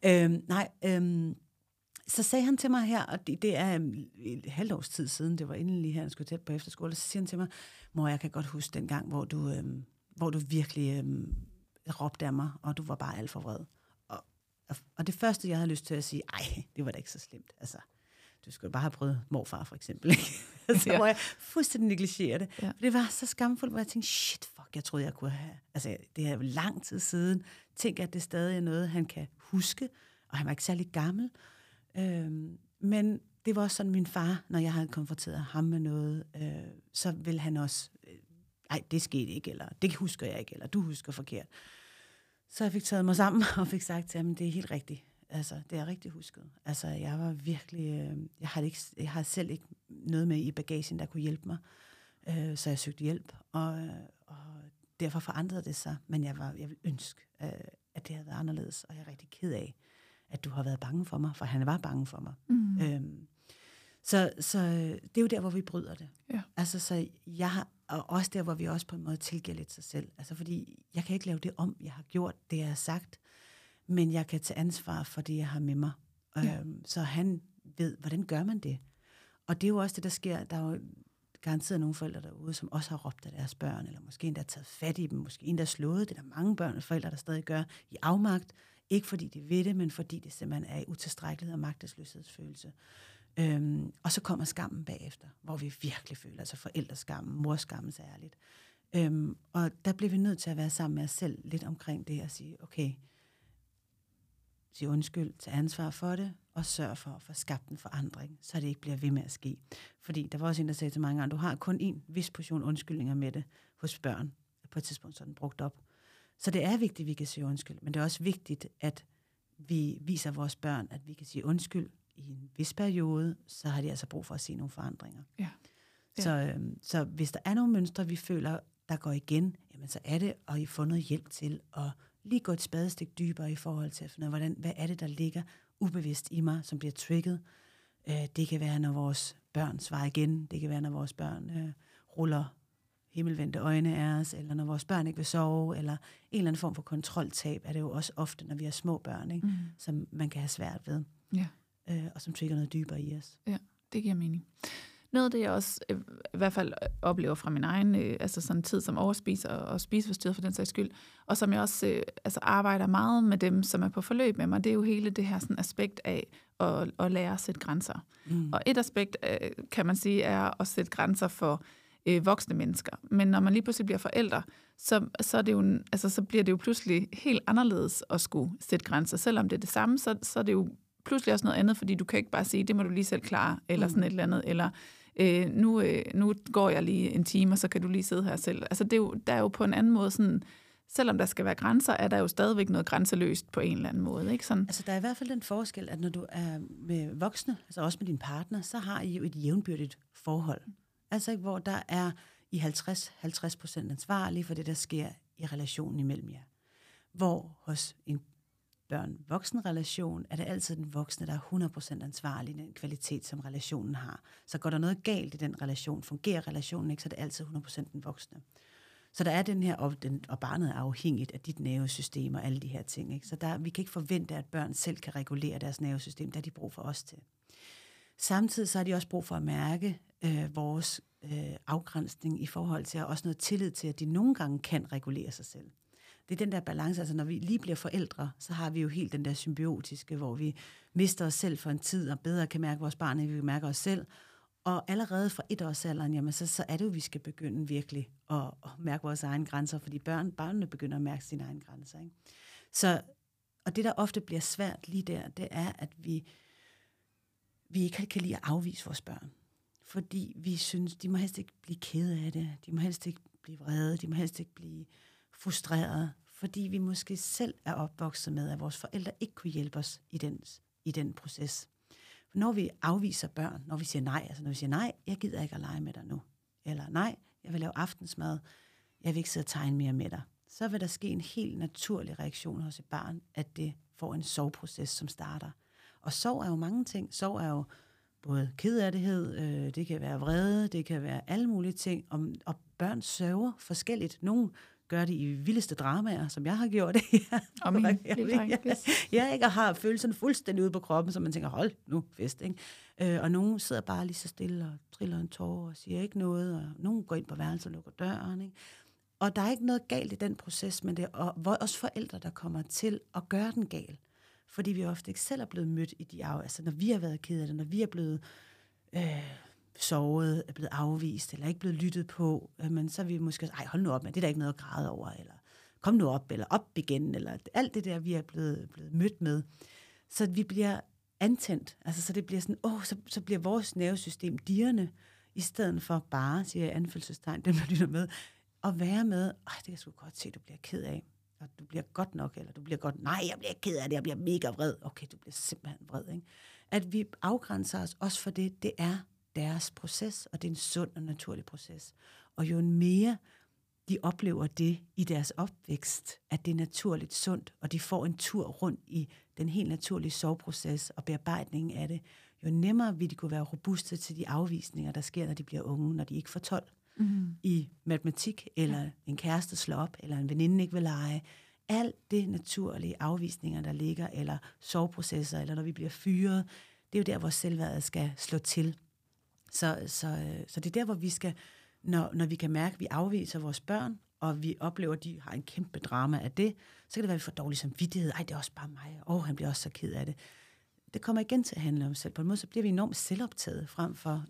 var så sagde han til mig her, og det er et halvt års tid siden, det var inden lige her, han skulle tæt på efterskole, så siger han til mig, mor, jeg kan godt huske den gang, hvor du virkelig råbte af mig, og du var bare alt for vred. Og det første, jeg havde lyst til at sige, det var da ikke så slemt. Altså, du skulle bare have prøvet morfar, for eksempel. Så hvor jeg fuldstændig negligerer det. Ja. Det var så skamfuldt, hvor jeg tænkte, shit, jeg troede, jeg kunne have... Altså, det er jo lang tid siden. Tænk, at det stadig er noget, han kan huske. Og han var ikke særlig gammel. Men det var også sådan, min far, når jeg havde konfronteret ham med noget, så ville han også... det skete ikke, eller det husker jeg ikke, eller du husker forkert. Så jeg fik taget mig sammen og fik sagt til ham, det er helt rigtigt. Altså, det er rigtig husket. Altså, jeg var virkelig... Jeg har selv ikke noget med i bagagen, der kunne hjælpe mig. Så jeg søgte hjælp, og derfor forandrede det sig. Men jeg ville ønske, at det havde været anderledes, og jeg er rigtig ked af, at du har været bange for mig, for han var bange for mig. Så det er jo der, hvor vi bryder det. Ja. Altså, så jeg har... Og også der, hvor vi også på en måde tilgiver lidt sig selv. Altså, fordi jeg kan ikke lave det om. Jeg har gjort det, jeg har sagt. Men jeg kan tage ansvar for det, jeg har med mig. Ja. Så han ved, hvordan gør man det? Og det er jo også det, der sker. Der er jo garanteret nogle forældre derude, som også har råbt af deres børn, eller måske endda taget fat i dem, måske endda slået. Det er der mange børn og forældre, der stadig gør i afmagt. Ikke fordi de ved det, men fordi det simpelthen er i utilstrækkelighed og magtesløshedsfølelse. Og så kommer skammen bagefter, hvor vi virkelig føler, altså forældreskammen, morskammen særligt. Og der bliver vi nødt til at være sammen med os selv lidt omkring det og sige, okay, sig undskyld, tage ansvar for det, og sørg for at få skabt en forandring, så det ikke bliver ved med at ske. Fordi der var også en, der sagde til mange gange, du har kun en vis portion undskyldninger med det hos børn, på et tidspunkt sådan brugt op. Så det er vigtigt, at vi kan sige undskyld, men det er også vigtigt, at vi viser vores børn, at vi kan sige undskyld i en vis periode, så har de altså brug for at se nogle forandringer. Ja. Ja. Så hvis der er nogle mønstre, vi føler, der går igen, jamen så er det at få noget hjælp til at lige gå et spadestik dybere i forhold til at finde ud af, hvad er det, der ligger ubevidst i mig, som bliver trigget. Det kan være, når vores børn svarer igen. Det kan være, når vores børn ruller himmelvendte øjne af os, eller når vores børn ikke vil sove, eller en eller anden form for kontroltab, er det jo også ofte, når vi har små børn, ikke? Som man kan have svært ved. Ja. Og som trigger noget dybere i os. Ja, det giver mening. Noget af det, jeg også i hvert fald oplever fra min egen altså sådan tid som overspiser og spiseforstyrret for den sags skyld, og som jeg også arbejder meget med dem, som er på forløb med mig, det er jo hele det her sådan aspekt af at lære at sætte grænser. Og et aspekt, kan man sige, er at sætte grænser for voksne mennesker. Men når man lige pludselig bliver forældre, så er det jo, så bliver det jo pludselig helt anderledes at skulle sætte grænser. Selvom det er det samme, så er det jo pludselig også noget andet, fordi du kan ikke bare sige, det må du lige selv klare, eller sådan et eller andet, eller nu går jeg lige en time, og så kan du lige sidde her selv. Altså der er jo på en anden måde sådan selvom der skal være grænser, er der jo stadigvæk noget grænseløst på en eller anden måde, ikke sådan? Altså, der er i hvert fald den forskel, at når du er med voksne, altså også med din partner, så har I jo et jævnbyrdigt forhold. Altså, ikke, hvor der er I 50% ansvarlige for det, der sker i relationen imellem jer. Hvor hos en børn-voksen-relation er det altid den voksne, der er 100% ansvarlig i den kvalitet, som relationen har. Så går der noget galt i den relation, fungerer relationen ikke, så er det altid 100% den voksne. Så der er den her, og barnet er afhængigt af dit nervesystem og alle de her ting. Ikke? Så vi kan ikke forvente, at børn selv kan regulere deres nervesystem. Der er de brug for os til. Samtidig så har de også brug for at mærke vores afgrænsning i forhold til, og også noget tillid til, at de nogle gange kan regulere sig selv. Det er den der balance, altså når vi lige bliver forældre, så har vi jo helt den der symbiotiske, hvor vi mister os selv for en tid, og bedre kan mærke vores barn, end vi kan mærke os selv. Og allerede fra 1-årsalderen, jamen så er det jo, vi skal begynde virkelig at mærke vores egne grænser, fordi børnene begynder at mærke sine egne grænser. Ikke? Så, og det, der ofte bliver svært lige der, det er, at vi ikke kan lide at afvise vores børn. Fordi vi synes, de må helst ikke blive kede af det, de må helst ikke blive vrede, de må helst ikke blive frustrerede, fordi vi måske selv er opvokset med, at vores forældre ikke kunne hjælpe os i den proces. For når vi afviser børn, når vi siger nej, altså når vi siger nej, jeg gider ikke at lege med dig nu, eller nej, jeg vil lave aftensmad, jeg vil ikke sidde og tegne mere med dig, så vil der ske en helt naturlig reaktion hos et barn, at det får en sorgproces, som starter. Og sorg er jo mange ting. Sorg er jo både kederlighed, det kan være vrede, det kan være alle mulige ting, og børn sørger forskelligt. Nogle gør det i vildeste dramaer, som jeg har gjort det. Jeg ikke har følelserne fuldstændig ude på kroppen, så man tænker, hold nu fest, ikke? Og nogen sidder bare lige så stille og triller en tårer og siger ikke noget, og nogen går ind på værelset og lukker døren, ikke? Og der er ikke noget galt i den proces, men det er også forældre, der kommer til at gøre den gal. Fordi vi ofte ikke selv er blevet mødt i de altså når vi har været ked af det, når vi er blevet sovet, er blevet afvist, eller ikke blevet lyttet på, men så er vi måske, hold nu op med, det er der ikke noget at græde over, eller kom nu op, eller op igen, eller alt det der, vi er blevet mødt med. Så vi bliver antændt, altså så det bliver sådan, så bliver vores nervesystem dirrende, i stedet for bare, siger jeg anfølgelsestegn, dem der lytter med, at være med, det kan jeg sgu godt se, du bliver ked af, og du bliver godt nok, eller du bliver godt, nej, jeg bliver ked af det, jeg bliver mega vred, okay, du bliver simpelthen vred, ikke? At vi afgrænser os også for det er deres proces, og det er en sund og naturlig proces. Og jo mere de oplever det i deres opvækst, at det er naturligt sundt, og de får en tur rundt i den helt naturlige sorgproces og bearbejdningen af det, jo nemmere vil de kunne være robuste til de afvisninger, der sker, når de bliver unge, når de ikke får 12 i matematik, eller en kæreste slår op, eller en veninde ikke vil lege. Alt det naturlige afvisninger, der ligger, eller sorgprocesser, eller når vi bliver fyret, det er jo der, hvor selvværdet skal slå til. Så det er der, hvor vi skal, når vi kan mærke, at vi afviser vores børn, og vi oplever, at de har en kæmpe drama af det, så kan det være, at vi får dårlig samvittighed. Det er også bare mig. Han bliver også så ked af det. Det kommer igen til at handle om selv. På en måde, så bliver vi enormt selvoptaget frem for,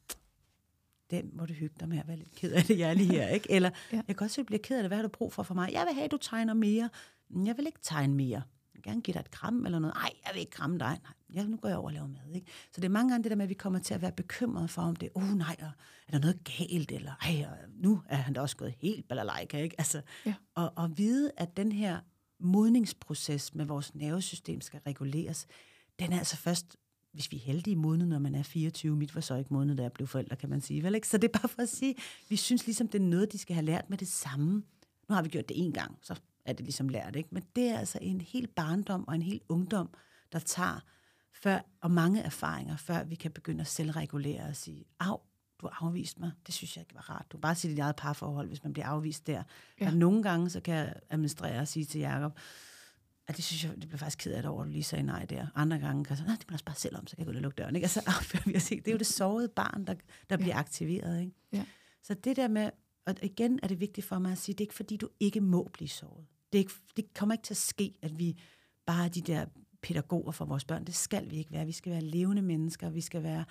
den må du hygge dig med at være lidt ked af det, jeg er lige her, ikke? Eller, jeg kan også blive ked af det, hvad har du brug for mig? Jeg vil have, at du tegner mere. Jeg vil ikke tegne mere. Jeg vil gerne give dig et kram eller noget. Nej, jeg vil ikke kramme dig. Nej, nu går jeg over og laver mad, ikke? Så det er mange gange det der med, at vi kommer til at være bekymrede for, om det er der noget galt, eller nu er han da også gået helt balalajka, ikke? Altså, og vide, at den her modningsproces med vores nervesystem skal reguleres, den er altså først, hvis vi er heldige, modnet, når man er 24. Mit var så ikke modnet, da jeg blev forælder, kan man sige, vel ikke? Så det er bare for at sige, vi synes ligesom, det er noget, de skal have lært med det samme. Nu har vi gjort det en gang, så er det ligesom lært, ikke? Men det er altså en hel barndom og en hel ungdom, der tager og mange erfaringer, før vi kan begynde at selvregulere og sige, du har afvist mig, det synes jeg ikke var rart. Du kan bare sige dit eget parforhold, hvis man bliver afvist der. Ja. Og nogle gange, så kan jeg administrere og sige til Jacob, at det synes jeg, det bliver faktisk ked af det over, at du lige sagde nej der. Andre gange kan jeg sige, det bliver også bare selv om, så kan jeg gå ud og lukke døren, ikke? Altså, det er jo det sårede barn, der bliver aktiveret, ikke? Ja. Så det der med, og igen er det vigtigt for mig at sige, det er ikke fordi, du ikke må blive såret. Det kommer ikke til at ske, at vi bare er de der pædagoger for vores børn. Det skal vi ikke være. Vi skal være levende mennesker. Vi skal være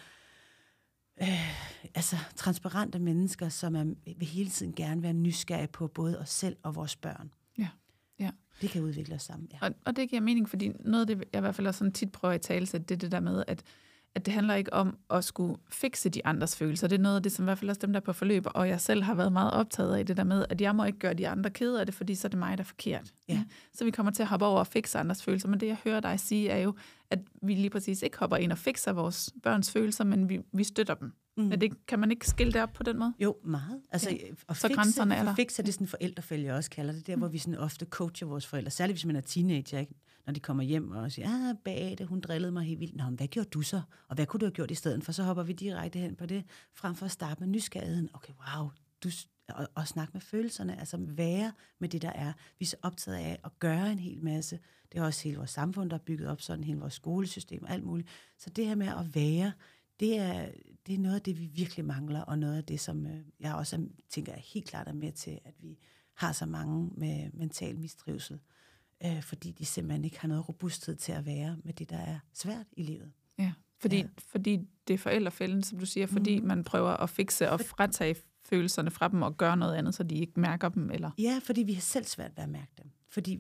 transparente mennesker, som vil hele tiden gerne være nysgerrige på både os selv og vores børn. Ja. Det kan udvikle os sammen. Ja. Og det giver mening, fordi noget af det, jeg i hvert fald også sådan tit prøver at talesætte, det der med, at det handler ikke om at skulle fikse de andres følelser. Det er noget af det, som i hvert fald også dem, der er på forløb, og jeg selv har været meget optaget af det der med, at jeg må ikke gøre de andre kede af det, fordi så er det mig, der er forkert. Ja. Så vi kommer til at hoppe over og fikse andres følelser, men det, jeg hører dig sige, er jo, at vi lige præcis ikke hopper ind og fikser vores børns følelser, men vi støtter dem. Men det, kan man ikke skille det op på den måde? Jo, meget. Altså, og så grænserne er der. Fikse er det sådan forældrefælge også kalder det, der hvor vi sådan ofte coacher vores forældre, særligt hvis man er teenager, ikke? Når de kommer hjem og siger, Beate, hun drillede mig helt vildt. Nå, men hvad gjorde du så? Og hvad kunne du have gjort i stedet for? Så hopper vi direkte hen på det, frem for at starte med nysgerrigheden. Okay, wow, og snakke med følelserne, altså være med det, der er. Vi er så optaget af at gøre en hel masse. Det er også hele vores samfund, der er bygget op sådan, hele vores skolesystem og alt muligt. Så det her med at være, det er noget af det, vi virkelig mangler, og noget af det, som jeg også tænker er helt klart er med til, at vi har så mange med mental mistrivsel, fordi de simpelthen ikke har noget robusthed til at være med det, der er svært i livet. Ja, fordi det er forældrefælden, som du siger, fordi man prøver at fikse og fratage følelserne fra dem og gøre noget andet, så de ikke mærker dem, eller? Ja, fordi vi har selv svært ved at mærke dem. Fordi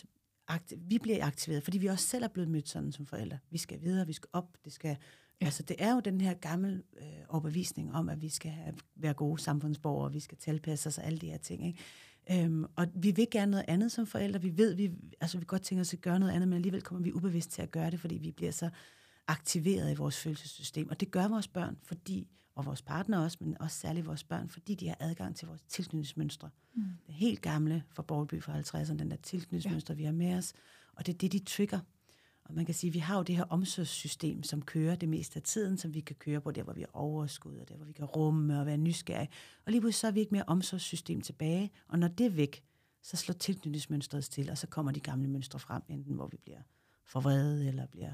vi bliver aktiveret, fordi vi også selv er blevet mødt sådan som forældre. Vi skal videre, vi skal op, altså det er jo den her gamle overbevisning om, at vi skal være gode samfundsborgere, vi skal tilpasse os og alle de her ting, ikke? Og vi vil gerne noget andet som forældre. Vi kan godt tænke os at gøre noget andet, men alligevel kommer vi ubevidst til at gøre det, fordi vi bliver så aktiveret i vores følelsessystem. Og det gør vores børn, og vores partner også, men også særligt vores børn, fordi de har adgang til vores tilknytningsmønstre. Det helt gamle fra Bowlby fra 50'erne, den der tilknytningsmønstre, vi har med os, og det er det, de trigger. Og man kan sige, at vi har jo det her omsorgssystem, som kører det meste af tiden, som vi kan køre på, der hvor vi er overskud, og der hvor vi kan rumme og være nysgerrige. Og lige pludselig så er vi ikke mere omsorgssystem tilbage, og når det er væk, så slår tilknytningsmønstret til, og så kommer de gamle mønstre frem, enten hvor vi bliver for vrede, eller bliver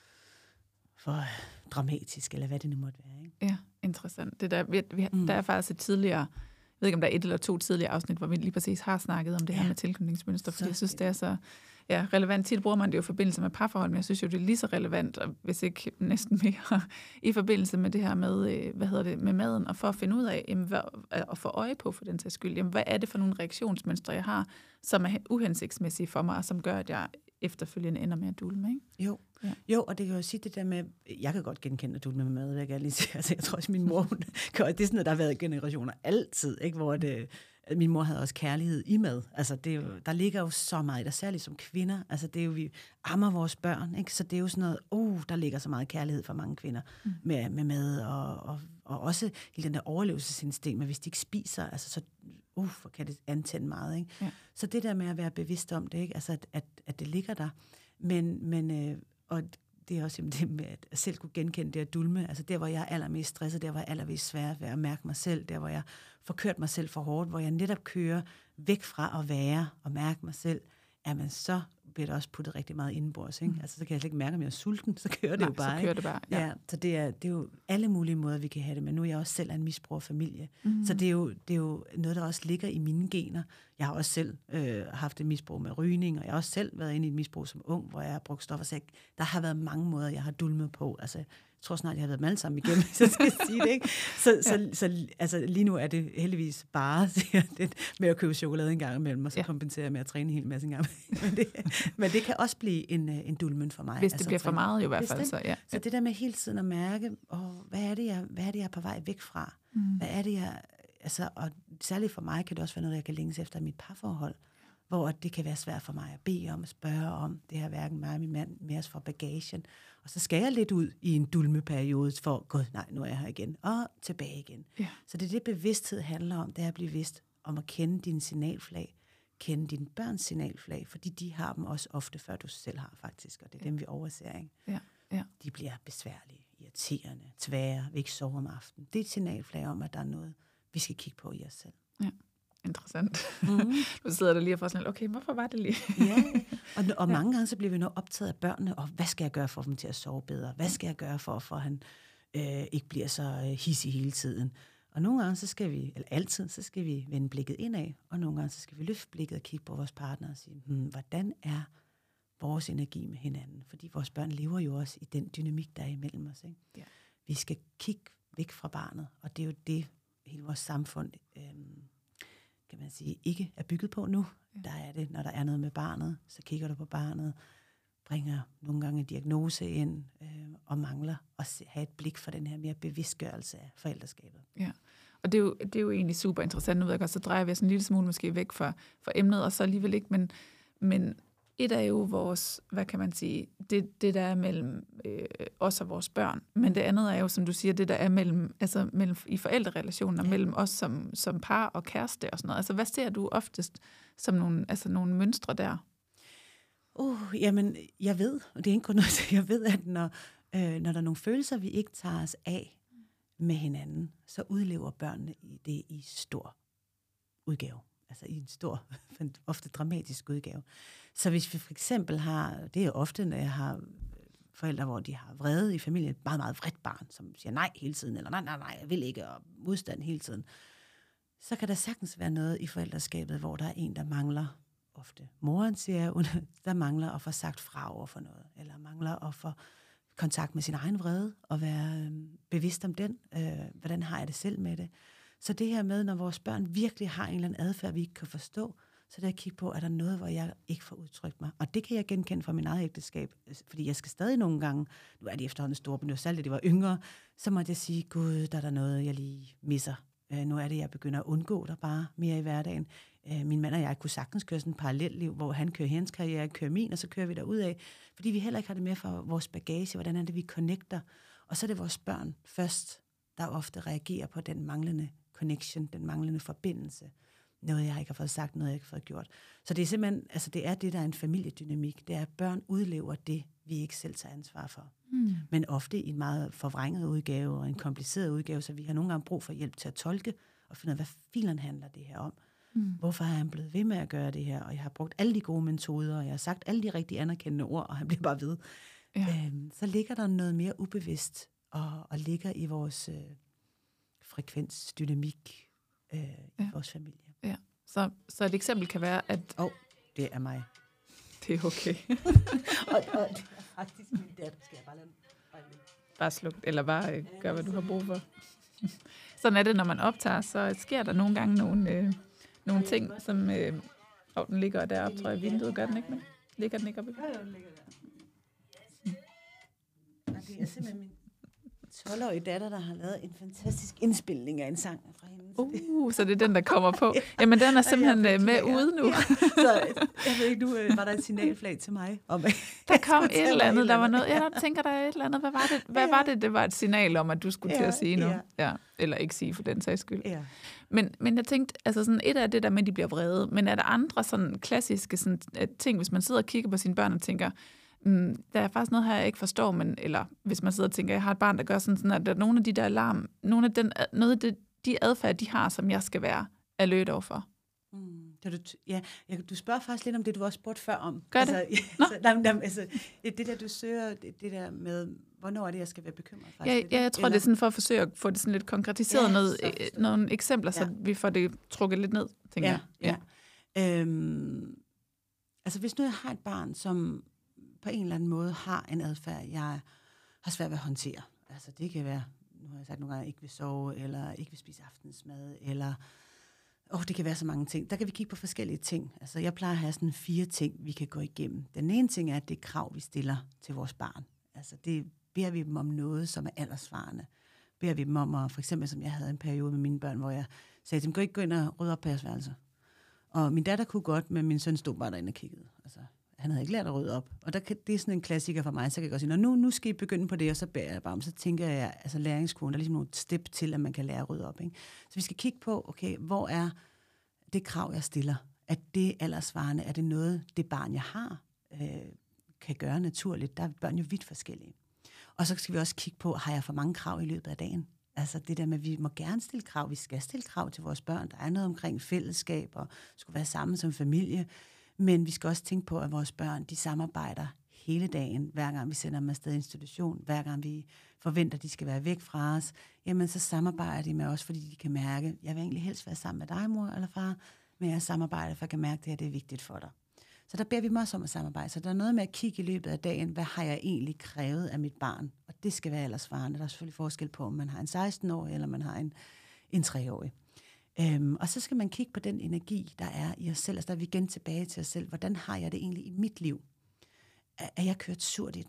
for dramatisk, eller hvad det nu måtte være. Ikke? Ja, interessant. Det der, der er faktisk et tidligere, jeg ved ikke om der er 1 eller 2 tidligere afsnit, hvor vi lige præcis har snakket om det her med tilknytningsmønster, fordi jeg synes, det er så relevant. Tit bruger man det jo i forbindelse med parforhold, men jeg synes jo, det er lige så relevant, og hvis ikke næsten mere, i forbindelse med det her med, med maden, og for at finde ud af, og få øje på for den sags skyld, hvad er det for nogle reaktionsmønstre, jeg har, som er uhensigtsmæssige for mig, og som gør, at jeg efterfølgende ender med at dulme, ikke? Jo, og det kan jo sige det der med, jeg kan godt genkende at dulme med mad, vil jeg gerne lige sige. Altså, jeg tror også, min mor, det er sådan noget, der har været generationer altid, ikke? Hvor min mor havde også kærlighed i mad. Altså, der ligger jo så meget, der særligt som kvinder. Altså, det er jo, vi ammer vores børn, ikke? Så det er jo sådan noget, der ligger så meget kærlighed for mange kvinder med mad, og også hele den der overlevelsesinstinkt, men hvis de ikke spiser, altså så hvor kan det antænde meget, ikke? Ja. Så det der med at være bevidst om det, ikke? Altså, at det ligger der. Men og det er også det med at selv kunne genkende det at dulme. Altså der, hvor jeg er allermest stresset, der, hvor jeg er allermest svært ved at mærke mig selv, der, hvor jeg får kørt mig selv for hårdt, hvor jeg netop kører væk fra at være og mærke mig selv, så bliver der også puttet rigtig meget indenbords, ikke? Altså, så kan jeg slet ikke mærke, om jeg er sulten, så kører det jo bare. Så kører det bare, ja. Så det er jo alle mulige måder, vi kan have det, men nu er jeg også selv en misbrugerfamilie, så det er jo noget, der også ligger i mine gener. Jeg har også selv haft et misbrug med rygning, og jeg har også selv været inde i et misbrug som ung, hvor jeg har brugt stoffer, så der har været mange måder, jeg har dulmet på. Altså, jeg tror snart, jeg har været dem alle sammen igennem, hvis jeg skal sige det, ikke? Så altså, lige nu er det heldigvis bare det med at købe chokolade en gang imellem, og så kompensere med at træne en hel masse en gang. Men det kan også blive en dulmen for mig. Hvis det bliver for meget i hvert fald. Så det der med hele tiden at mærke, hvad er det, jeg er på vej væk fra? Hvad er det, og særligt for mig kan det også være noget, jeg kan længes efter i mit parforhold, hvor det kan være svært for mig at bede om, at spørge om. Det har hverken mig og min mand med os for bagagen. Og så skal jeg lidt ud i en dulmeperiode for, nu er jeg her igen, og tilbage igen. Ja. Så det bevidsthed handler om, det er at blive bevidst om at kende dine signalflag, kende dine børns signalflag, fordi de har dem også ofte, før du selv har faktisk, og det er dem, vi overser, ikke? Ja. De bliver besværlige, irriterende, tvære, vi ikke sover om aftenen. Det er et signalflag om, at der er noget, vi skal kigge på i os selv. Ja. Interessant. Nu sidder der lige og får sådan, okay, hvorfor var det lige? Og mange gange så bliver vi nu optaget af børnene, og hvad skal jeg gøre for dem til at sove bedre? Hvad skal jeg gøre for at han ikke bliver så hidsig hele tiden? Og nogle gange, så skal vi, eller altid, så skal vi vende blikket indad, og nogle gange, så skal vi løfte blikket og kigge på vores partner og sige, hvordan er vores energi med hinanden? Fordi vores børn lever jo også i den dynamik, der er imellem os, ikke? Ja. Vi skal kigge væk fra barnet, og det er jo det, hele vores samfund kan man sige, ikke er bygget på nu. Ja. Der er det, når der er noget med barnet, så kigger du på barnet, bringer nogle gange en diagnose ind, og mangler at have et blik for den her mere bevidstgørelse af forældreskabet. Ja, og det er jo egentlig super interessant. Nu ved jeg godt, så drejer vi os en lille smule måske væk fra emnet, og så alligevel ikke, men et er jo vores, hvad kan man sige, det der er mellem os og vores børn, men det andet er jo, som du siger, det der er mellem i forældrerelationer, mellem os som par og kæreste og sådan noget. Altså, hvad ser du oftest som nogle mønstre der? Jamen, jeg ved, og det er ikke kun noget, jeg ved, at når der er nogle følelser, vi ikke tager os af med hinanden, så udlever børnene det i stor udgave. Altså i en stor, ofte dramatisk udgave. Så hvis vi for eksempel har, det er jo ofte, når jeg har forældre, hvor de har vrede i familien, et meget, meget vredt barn, som siger nej hele tiden, eller nej, jeg vil ikke, og modstand hele tiden, så kan der sagtens være noget i forældreskabet, hvor der er en, der mangler, ofte moren siger, der mangler at få sagt fra over for noget, eller mangler at få kontakt med sin egen vrede, og være bevidst om den. Hvordan har jeg det selv med det? Så det her med, når vores børn virkelig har en eller anden adfærd, vi ikke kan forstå, så der at kigge på, er der noget, hvor jeg ikke får udtrykt mig. Og det kan jeg genkende fra min eget ægteskab, fordi jeg skal stadig nogle gange, nu er de efterhånden store, men særligt, de var yngre, så måtte jeg sige, gud, der er der noget, jeg lige misser. Nu er det, jeg begynder at undgå der bare mere i hverdagen. Min mand og jeg kunne sagtens køre sådan et parallelliv, hvor han kører hans karriere, jeg kører min, og så kører vi derudad, fordi vi heller ikke har det med for vores bagage, hvordan er det, vi connecter. Og så er det vores børn først, der ofte reagerer på den manglende connection, den manglende forbindelse. Noget, jeg ikke har fået sagt, noget, jeg ikke har fået gjort. Så det er simpelthen, altså det er det, der er en familiedynamik. Det er, at børn udlever det, vi ikke selv tager ansvar for. Men ofte i en meget forvrænget udgave, og en kompliceret udgave, så vi har nogle gange brug for hjælp til at tolke, og finde ud af, hvad filen handler det her om. Hvorfor er han blevet ved med at gøre det her? Og jeg har brugt alle de gode metoder, og jeg har sagt alle de rigtig anerkendende ord, og han bliver bare ved. Ja. Så ligger der noget mere ubevidst, og ligger i vores frekvensdynamik i vores familie. Ja. Så et eksempel kan være, at... det er mig. Det er okay. og det er faktisk min datter. Skal jeg bare lade den? Bare sluk, eller bare gør, hvad du har brug for. Sådan er det, når man optager, så sker der nogle gange nogle ting, som... den ligger deroppe, tror jeg, vinduet. Gør den ikke med? Ligger den ikke oppe? Jo, den ligger der. Det er simpelthen min 12-årige datter, der har lavet en fantastisk indspilning af en sang fra hende. Så det er den, der kommer på. Jamen, den er simpelthen med ude nu. Ja. Så jeg ved ikke, nu var der et signalflag til mig. Om, der kom et eller andet, der var noget. Jeg tænker, der er et eller andet. Hvad var det? Det var et signal om, at du skulle til at sige noget. Ja. Eller ikke sige for den sags skyld. Ja. Men jeg tænkte, altså sådan et af det der med, at de bliver vrede, men er der andre sådan klassiske sådan, ting, hvis man sidder og kigger på sine børn og tænker, der er faktisk noget her, jeg ikke forstår, eller hvis man sidder og tænker, jeg har et barn, der gør sådan at der er nogle af de der alarm, de adfærd, de har, som jeg skal være alert overfor. Du spørger faktisk lidt om det, du også spurgte før om. Gør det? Det der, du søger, det der med, hvornår er det, jeg skal være bekymret? Jeg tror, det er sådan for at forsøge at få det sådan lidt konkretiseret, nogle eksempler, så vi får det trukket lidt ned, tænker jeg. Ja. Altså, hvis nu jeg har et barn, som på en eller anden måde har en adfærd, jeg har svært ved at håndtere. Altså, det kan være, nu har jeg sagt nogle gange, ikke vil sove, eller ikke vil spise aftensmad, eller det kan være så mange ting. Der kan vi kigge på forskellige ting. Altså, jeg plejer at have sådan 4 ting, vi kan gå igennem. Den ene ting er, at det er krav, vi stiller til vores barn. Altså, det beder vi dem om noget, som er alderssvarende. Beder vi dem om, og for eksempel, som jeg havde en periode med mine børn, hvor jeg sagde til dem, gå ind og rydde op på jeres værelse. Og min datter kunne godt, men min søn stod bare derinde og kiggede. Altså, han havde ikke lært at rydde op. Og det er sådan en klassiker for mig, så kan jeg godt sige, nu skal I begynde på det, og så bærer jeg bare om. Så tænker jeg, altså læringskurven, der er ligesom nogle step til, at man kan lære at rydde op. Ikke? Så vi skal kigge på, okay, hvor er det krav, jeg stiller? Er det alderssvarende? Er det noget, det barn, jeg har, kan gøre naturligt? Der er børn jo vidt forskellige. Og så skal vi også kigge på, har jeg for mange krav i løbet af dagen? Altså det der med, at vi må gerne stille krav, vi skal stille krav til vores børn. Der er noget omkring fællesskab og skulle være sammen som familie. Men vi skal også tænke på, at vores børn, de samarbejder hele dagen, hver gang vi sender dem afsted i institution, hver gang vi forventer, at de skal være væk fra os, jamen så samarbejder de med os, fordi de kan mærke, jeg vil egentlig helst være sammen med dig, mor eller far, men jeg samarbejder, for jeg kan mærke, at det her det er vigtigt for dig. Så der beder vi dem også om at samarbejde. Så der er noget med at kigge i løbet af dagen, hvad har jeg egentlig krævet af mit barn? Og det skal være alderssvarende. Der er selvfølgelig forskel på, om man har en 16-årig, eller man har en 3-årig. Og så skal man kigge på den energi, der er i os selv. Altså der er vi igen tilbage til os selv. Hvordan har jeg det egentlig i mit liv? Er jeg kørt surt i den?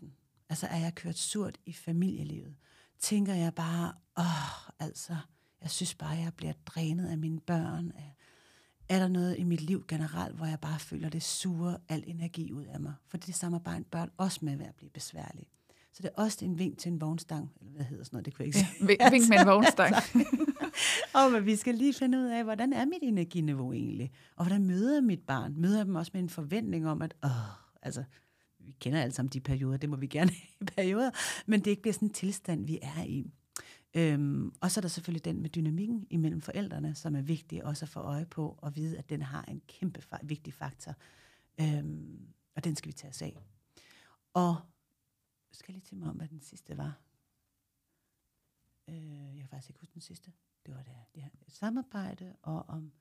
Altså, er jeg kørt surt i familielivet? Tænker jeg bare, jeg synes bare, jeg bliver drænet af mine børn. Er der noget i mit liv generelt, hvor jeg bare føler, det suger al energi ud af mig? For det samarbejder børn også med at blive besværlige. Så det er også en vink til en vognstang, eller hvad hedder sådan noget, det kan jeg ikke sige. Ja, vink med en vognstang. Men vi skal lige finde ud af, hvordan er mit energiniveau egentlig? Og hvordan møder jeg mit barn? Møder jeg dem også med en forventning om, at vi kender alle sammen de perioder, det må vi gerne have i perioder, men det ikke bliver sådan en tilstand, vi er i. Og så er der selvfølgelig den med dynamikken imellem forældrene, som er vigtig også at få øje på, og vide, at den har en kæmpe vigtig faktor. Og den skal vi tage os af. Og skal jeg lige tænke mig om, hvad den sidste var? Jeg kan faktisk ikke huske den sidste. Det var det her samarbejde, og om...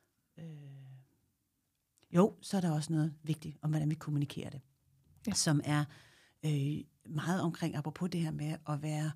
så er der også noget vigtigt om, hvordan vi kommunikerer det. Ja. Som er meget omkring, apropos det her med at være...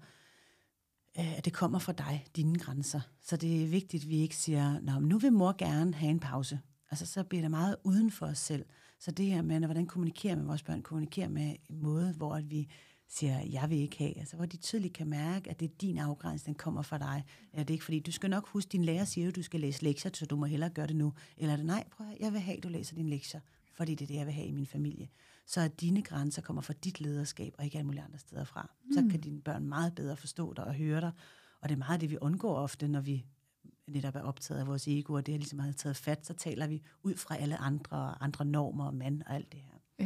at det kommer fra dig, dine grænser. Så det er vigtigt, at vi ikke siger, nu vil mor gerne have en pause. Altså, så bliver det meget uden for os selv. Så det her med, hvordan kommunikerer med vores børn, kommunikerer med en måde, hvor at vi siger, jeg vil ikke have. Altså, hvor de tydeligt kan mærke, at det er din afgrænsning, der kommer fra dig. Eller det er ikke fordi, du skal nok huske, din lærer siger, at du skal læse lektier, så du må hellere gøre det nu. Eller er det, nej, prøv at, jeg vil have, at du læser dine lektier, fordi det er det, jeg vil have i min familie. Så at dine grænser kommer fra dit lederskab, og ikke alle mulige andre steder fra. Så kan dine børn meget bedre forstå dig og høre dig. Og det er meget det, vi undgår ofte, når vi netop er optaget af vores ego, og det har ligesom har taget fat, så taler vi ud fra alle andre normer og mand og alt det her. Ja.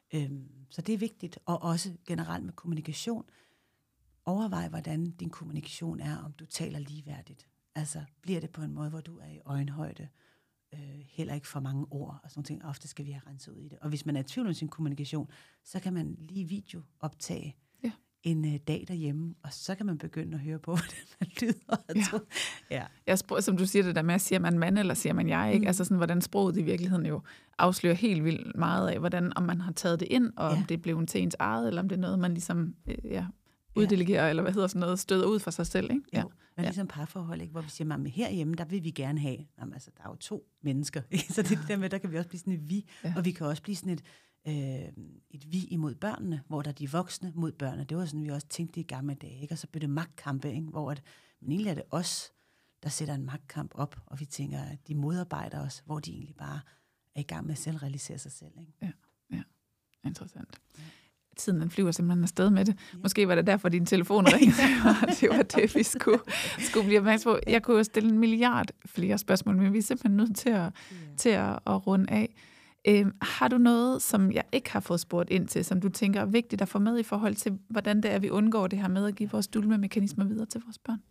Så det er vigtigt, og også generelt med kommunikation. Overvej, hvordan din kommunikation er, om du taler ligeværdigt. Altså, bliver det på en måde, hvor du er i øjenhøjde, heller ikke for mange ord og sådan ting. Ofte skal vi have renset ud i det. Og hvis man er i tvivl om sin kommunikation, så kan man lige video optage en dag derhjemme, og så kan man begynde at høre på, hvordan man lyder. Som du siger det der med, siger man mand, eller siger man jeg, ikke? Altså sådan, hvordan sproget i virkeligheden jo afslører helt vildt meget af, hvordan, om man har taget det ind, og om det blev til ens eget, eller om det er noget, man ligesom uddelegerer, eller hvad hedder sådan noget, støder ud fra sig selv, ikke? Ja. Men ligesom parforhold, ikke? Hvor vi siger, at herhjemme, der vil vi gerne have, altså der er jo 2 mennesker, ikke? Så det er det der med, der kan vi også blive sådan et vi, og vi kan også blive sådan et vi imod børnene, hvor der er de voksne mod børnene. Det var sådan, vi også tænkte i gamle dage, ikke? Og så blev det magtkampe, ikke? Men egentlig er det os, der sætter en magtkamp op, og vi tænker, at de modarbejder os, hvor de egentlig bare er i gang med at selvrealisere sig selv, ikke? Ja. Interessant. Ja. Tiden den flyver simpelthen afsted med det. Ja. Måske var det derfor, din telefon ringede. Det var det, vi skulle blive opmærksom på. Jeg kunne jo stille 1 milliard flere spørgsmål, men vi er simpelthen nødt til at runde af. Har du noget, som jeg ikke har fået spurgt ind til, som du tænker er vigtigt at få med i forhold til, hvordan det er, vi undgår det her med at give vores dulmemekanismer videre til vores børn?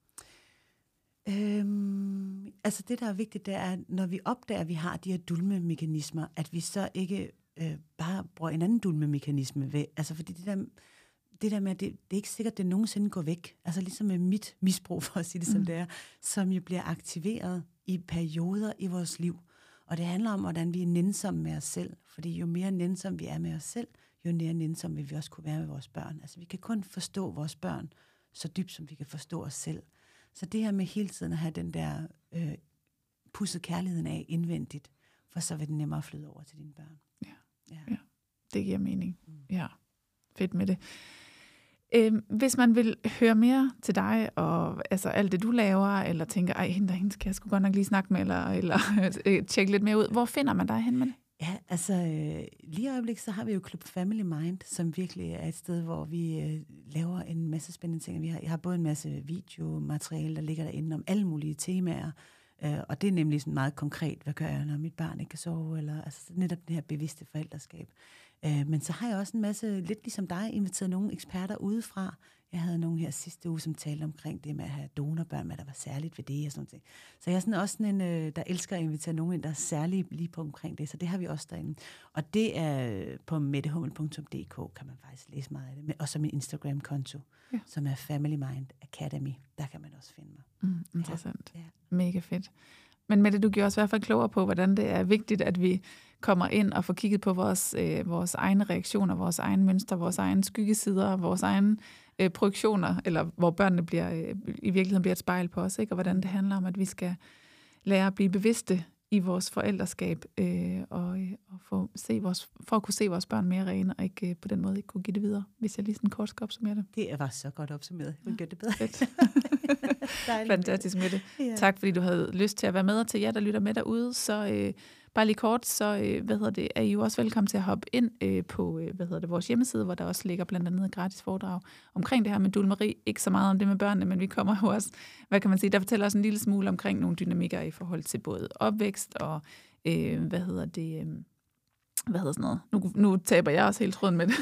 Altså det, der er vigtigt, det er, når vi opdager, at vi har de her dulmemekanismer, at vi så ikke bare bruger en anden dulmemekanisme ved. Altså fordi det der med, at det er ikke sikkert, at det nogensinde går væk. Altså ligesom med mit misbrug, for at sige det som det er, som jo bliver aktiveret i perioder i vores liv. Og det handler om, hvordan vi er nænsomme med os selv. Fordi jo mere nænsomme vi er med os selv, jo mere nænsomme vil vi også kunne være med vores børn. Altså vi kan kun forstå vores børn så dybt, som vi kan forstå os selv. Så det her med hele tiden at have den der pusset kærligheden af indvendigt, for så vil den nemmere flyde over til dine børn. Ja. Det giver mening. Ja, fedt med det. Hvis man vil høre mere til dig, og altså alt det, du laver, eller tænker, hende skal jeg sgu godt nok lige snakke med, eller tjekke lidt mere ud, hvor finder man dig hen med det? Ja, altså lige i øjeblikket, så har vi jo Club Family Mind, som virkelig er et sted, hvor vi laver en masse spændende ting. Jeg har både en masse videomateriale, der ligger derinde om alle mulige temaer, og det er nemlig sådan meget konkret, hvad gør jeg, når mit barn ikke kan sove, eller altså netop det her bevidste forældreskab. Men så har jeg også en masse, lidt ligesom dig, inviteret nogle eksperter udefra. Jeg havde nogen her sidste uge, som talte omkring det med at have donorbørn, hvad der var særligt ved det og sådan noget. Så jeg er sådan også sådan en, der elsker at invitere nogen ind, der er særligt lige på omkring det. Så det har vi også derinde. Og det er på mettehummel.dk, kan man faktisk læse meget af det. Og så min Instagram-konto, som er Family Mind Academy. Der kan man også finde mig. Interessant. Ja. Mega fedt. Men Mette, du giver os i hvert fald klogere på, hvordan det er vigtigt, at vi kommer ind og får kigget på vores egne reaktioner, vores egne mønstre, vores egne skyggesider, vores egne projektioner, eller hvor børnene i virkeligheden bliver et spejl på os, ikke? Og hvordan det handler om, at vi skal lære at blive bevidste i vores forældreskab, og for at kunne se vores børn mere rene, og ikke på den måde ikke kunne give det videre, hvis jeg lige sådan kort skal opsummere det. Det var så godt opsummeret. Jeg vil gøre det bedre. Fantastisk, Mette. Ja. Tak, fordi du havde lyst til at være med, og til jer, der lytter med derude. Så bare lige kort, så er I jo også velkommen til at hoppe ind på vores hjemmeside, hvor der også ligger blandt andet gratis foredrag omkring det her med dulmeri. Ikke så meget om det med børnene, men vi kommer jo også, der fortæller også en lille smule omkring nogle dynamikker i forhold til både opvækst og, Nu taber jeg også helt tråden med det.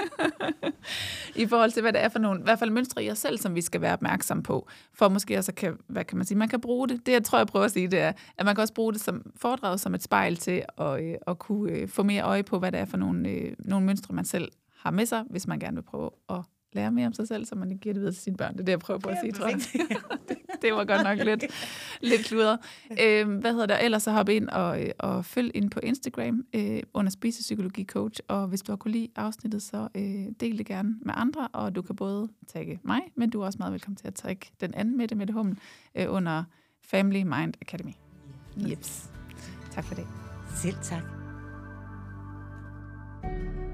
I forhold til, hvad det er for nogle, i hvert fald mønstre i os selv, som vi skal være opmærksom på. For måske også man kan bruge det. Det, jeg tror, jeg prøver at sige, det er, at man kan også bruge det som foredrag, som et spejl til at kunne få mere øje på, hvad det er for nogle mønstre, man selv har med sig, hvis man gerne vil prøve at lære mere om sig selv, så man ikke giver det videre til sine børn. Det er det, jeg prøver på at sige, tror jeg. Det var godt nok lidt kludret. Ellers så hop ind og følg ind på Instagram under Spisepsykologi Coach, og hvis du har kunne lide afsnittet, så del det gerne med andre, og du kan både tagge mig, men du er også meget velkommen til at tagge den anden Mette Hummel under Family Mind Academy. Jeps. Tak for det. Selv tak.